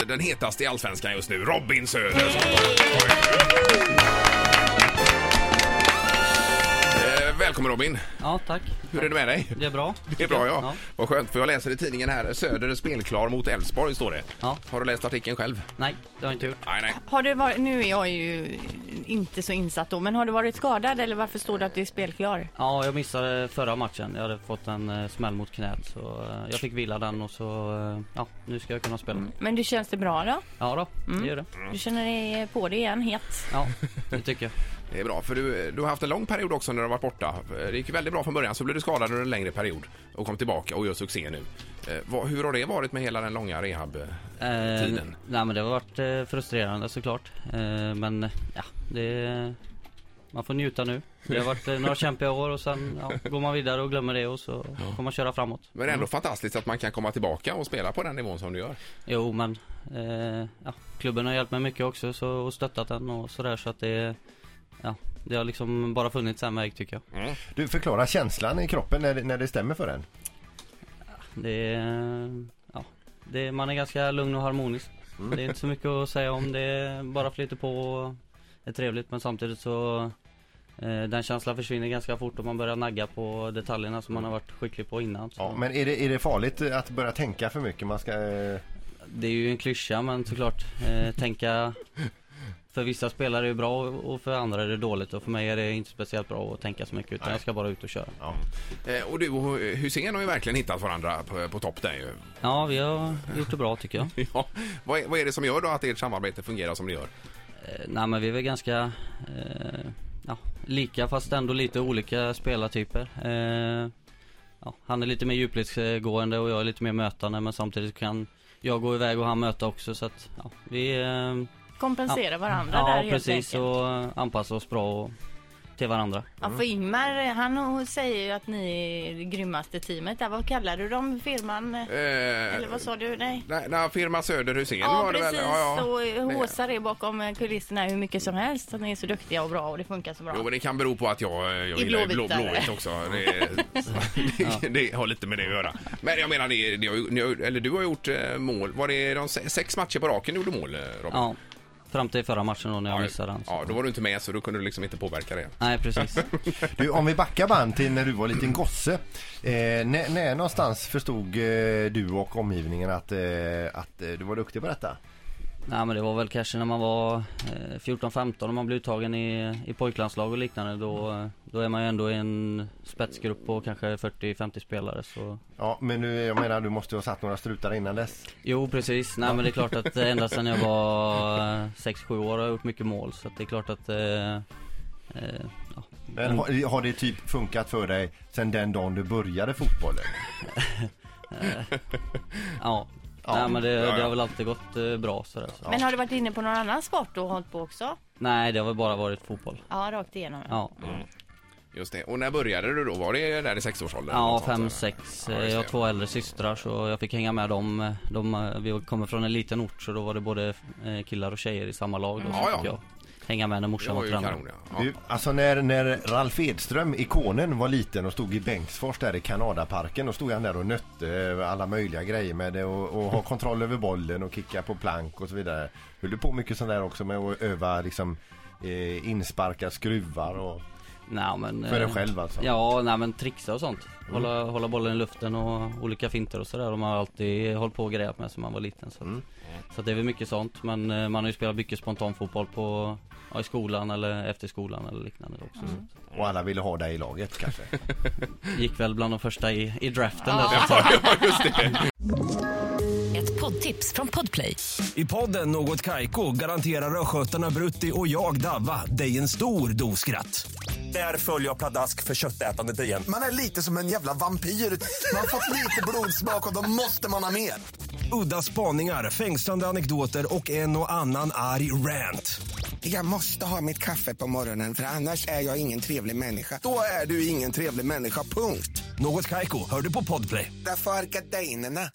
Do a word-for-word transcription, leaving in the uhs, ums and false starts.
den hetaste i Allsvenskan just nu, Robin Söder. Välkommen Robin. Ja, tack. Hur är det med dig? Det är bra. Det är bra, ja. ja. Vad skönt, för jag läser i tidningen här, Söder är spelklar mot Elfsborg, står det. Ja. Har du läst artikeln själv? Nej, det har jag inte gjort. Nej, nej. Har du varit, nu är jag ju inte så insatt då, men har du varit skadad eller varför står det att du är spelklar? Ja, jag missade förra matchen. Jag hade fått en uh, smäll mot knät, så uh, jag fick vila den och så, uh, ja, nu ska jag kunna spela. Mm. Men du känns det bra då? Ja då, mm. det gör det. Du känner dig på det igen, het? Ja, det tycker jag. Det är bra, för du, du har haft en lång period också när du har varit borta. Det gick väldigt bra från början, så blev du skadad under en längre period och kom tillbaka och gör succé nu. Eh, vad, hur har det varit med hela den långa rehab-tiden? Eh, nej, men det har varit eh, frustrerande såklart. Eh, men ja, det, man får njuta nu. Det har varit eh, några kämpiga år och sen ja, går man vidare och glömmer det och så får man köra framåt. Men det är ändå mm. fantastiskt att man kan komma tillbaka och spela på den nivån som du gör. Jo, men eh, ja, klubben har hjälpt mig mycket också så, och stöttat den och sådär, så att det ja, det har liksom bara funnits en väg tycker jag. Mm. Du förklarar känslan i kroppen när, när det stämmer för en. Det är, ja, det är, man är ganska lugn och harmonisk. Mm. Det är inte så mycket att säga om det, bara flyter på och är trevligt, men samtidigt så eh, den känslan försvinner ganska fort om man börjar nagga på detaljerna som man har varit skicklig på innan. Så. Ja, men är det, är det farligt att börja tänka för mycket? Man ska, eh... Det är ju en klyscha, men såklart eh, tänka. För vissa spelare är det bra och för andra är det dåligt. Och för mig är det inte speciellt bra att tänka så mycket, utan Nej. jag ska bara ut och köra. Ja. Eh, och du och Hussein har ju verkligen hittat varandra på, på topp där ju. Ja, vi har gjort det bra tycker jag. ja. vad, är, vad är det som gör då att ert samarbete fungerar som det gör? Eh, nej, men vi är väl ganska eh, ja, lika, fast ändå lite olika spelartyper. Eh, ja, han är lite mer djupledsgående och jag är lite mer mötande, men samtidigt kan jag gå iväg och han möta också. Så att ja, vi... Eh, kompensera ja. varandra ja, där helt precis, enkelt. Och anpassa oss bra och, till varandra. Ja, för Ingmar, han säger ju att ni är det grymmaste teamet där. Vad kallar du dem? Firman? Eh, eller vad sa du? Nej, nej, nej firma Söder Hussein ja, var det precis. väl? Ja, ja. Och håsar är bakom kulisserna hur mycket som helst. Att ni är så duktiga och bra och det funkar så bra. Jo, men det kan bero på att jag, jag gillar blå, blåvitt också. Det, det, ja. det har lite med det att göra. Men jag menar, det, det har, eller du har gjort mål. Var det de sex matcher på raken du gjorde mål, Robin? Ja. Fram till förra matchen då när jag ja, missade den. Så. Ja, då var du inte med så då kunde du liksom inte påverka det. Nej, precis. Du, om vi backar band till när du var liten gosse. Eh, när, när någonstans förstod eh, du och omgivningen att, eh, att eh, du var duktig på detta? Nej, men det var väl kanske när man var eh, fjorton femton och man blev uttagen i, i pojklandslag och liknande. Då, då är man ju ändå i en spetsgrupp på kanske fyrtio femtio spelare. Så. Ja, men nu, jag menar, du måste ju ha satt några strutar innan dess. Jo, precis. Nej, men det är klart att ända sedan jag var sex sju år har jag gjort mycket mål. Så att det är klart att... Eh, eh, ja. Men har, har det typ funkat för dig sedan den dagen du började fotbollen? ja. Ja, nej, men det, det har väl alltid gått eh, bra sådär. Så. Men har du varit inne på någon annan sport och hållit på också? Nej, det har väl bara varit fotboll. Ja, rakt igenom. Ja. Mm. Just det. Och när började du då? Var det där i sexårsåldern? Ja, fem, sex. Ja, jag har två äldre systrar så jag fick hänga med dem. De, vi kommer från en liten ort så då var det både killar och tjejer i samma lag. Då, ja, så ja. fick jag hänga med när morsan var tränare. Ja. Du, alltså när, när Ralf Edström, ikonen, var liten och stod i Bengtsfors där i Kanadaparken, och stod han där och nötte alla möjliga grejer med det och, och ha kontroll över bollen och kicka på plank och så vidare. Höll du på mycket sånt där också med att öva liksom eh, insparka skruvar och... Nej, men, för dig själv alltså? Ja, nej, men trixa och sånt. Hålla, mm. hålla bollen i luften och olika finter och sådär. De har alltid hållit på och grejat med som man var liten. Så, mm. så det är väl mycket sånt. Men man har ju spelat mycket spontanfotboll på, ja, i skolan eller efter skolan eller liknande också. Mm. Och alla ville ha dig i laget kanske? Gick väl bland de första i, i draften. Ja. Där, så. Ja, just det. Ett poddtips från Podplay. I podden Något Kaiko garanterar röskötarna Brutti och jag Davva dig en stor doskratt. Där följer jag pladask för köttätandet igen. Man är lite som en jävla vampyr. Man har fått lite blodsmak och då måste man ha mer. Udda spaningar, fängslande anekdoter och en och annan arg rant. Jag måste ha mitt kaffe på morgonen för annars är jag ingen trevlig människa. Då är du ingen trevlig människa, punkt. Något Kaiko, hör du på Podplay. Därför är gardinerna.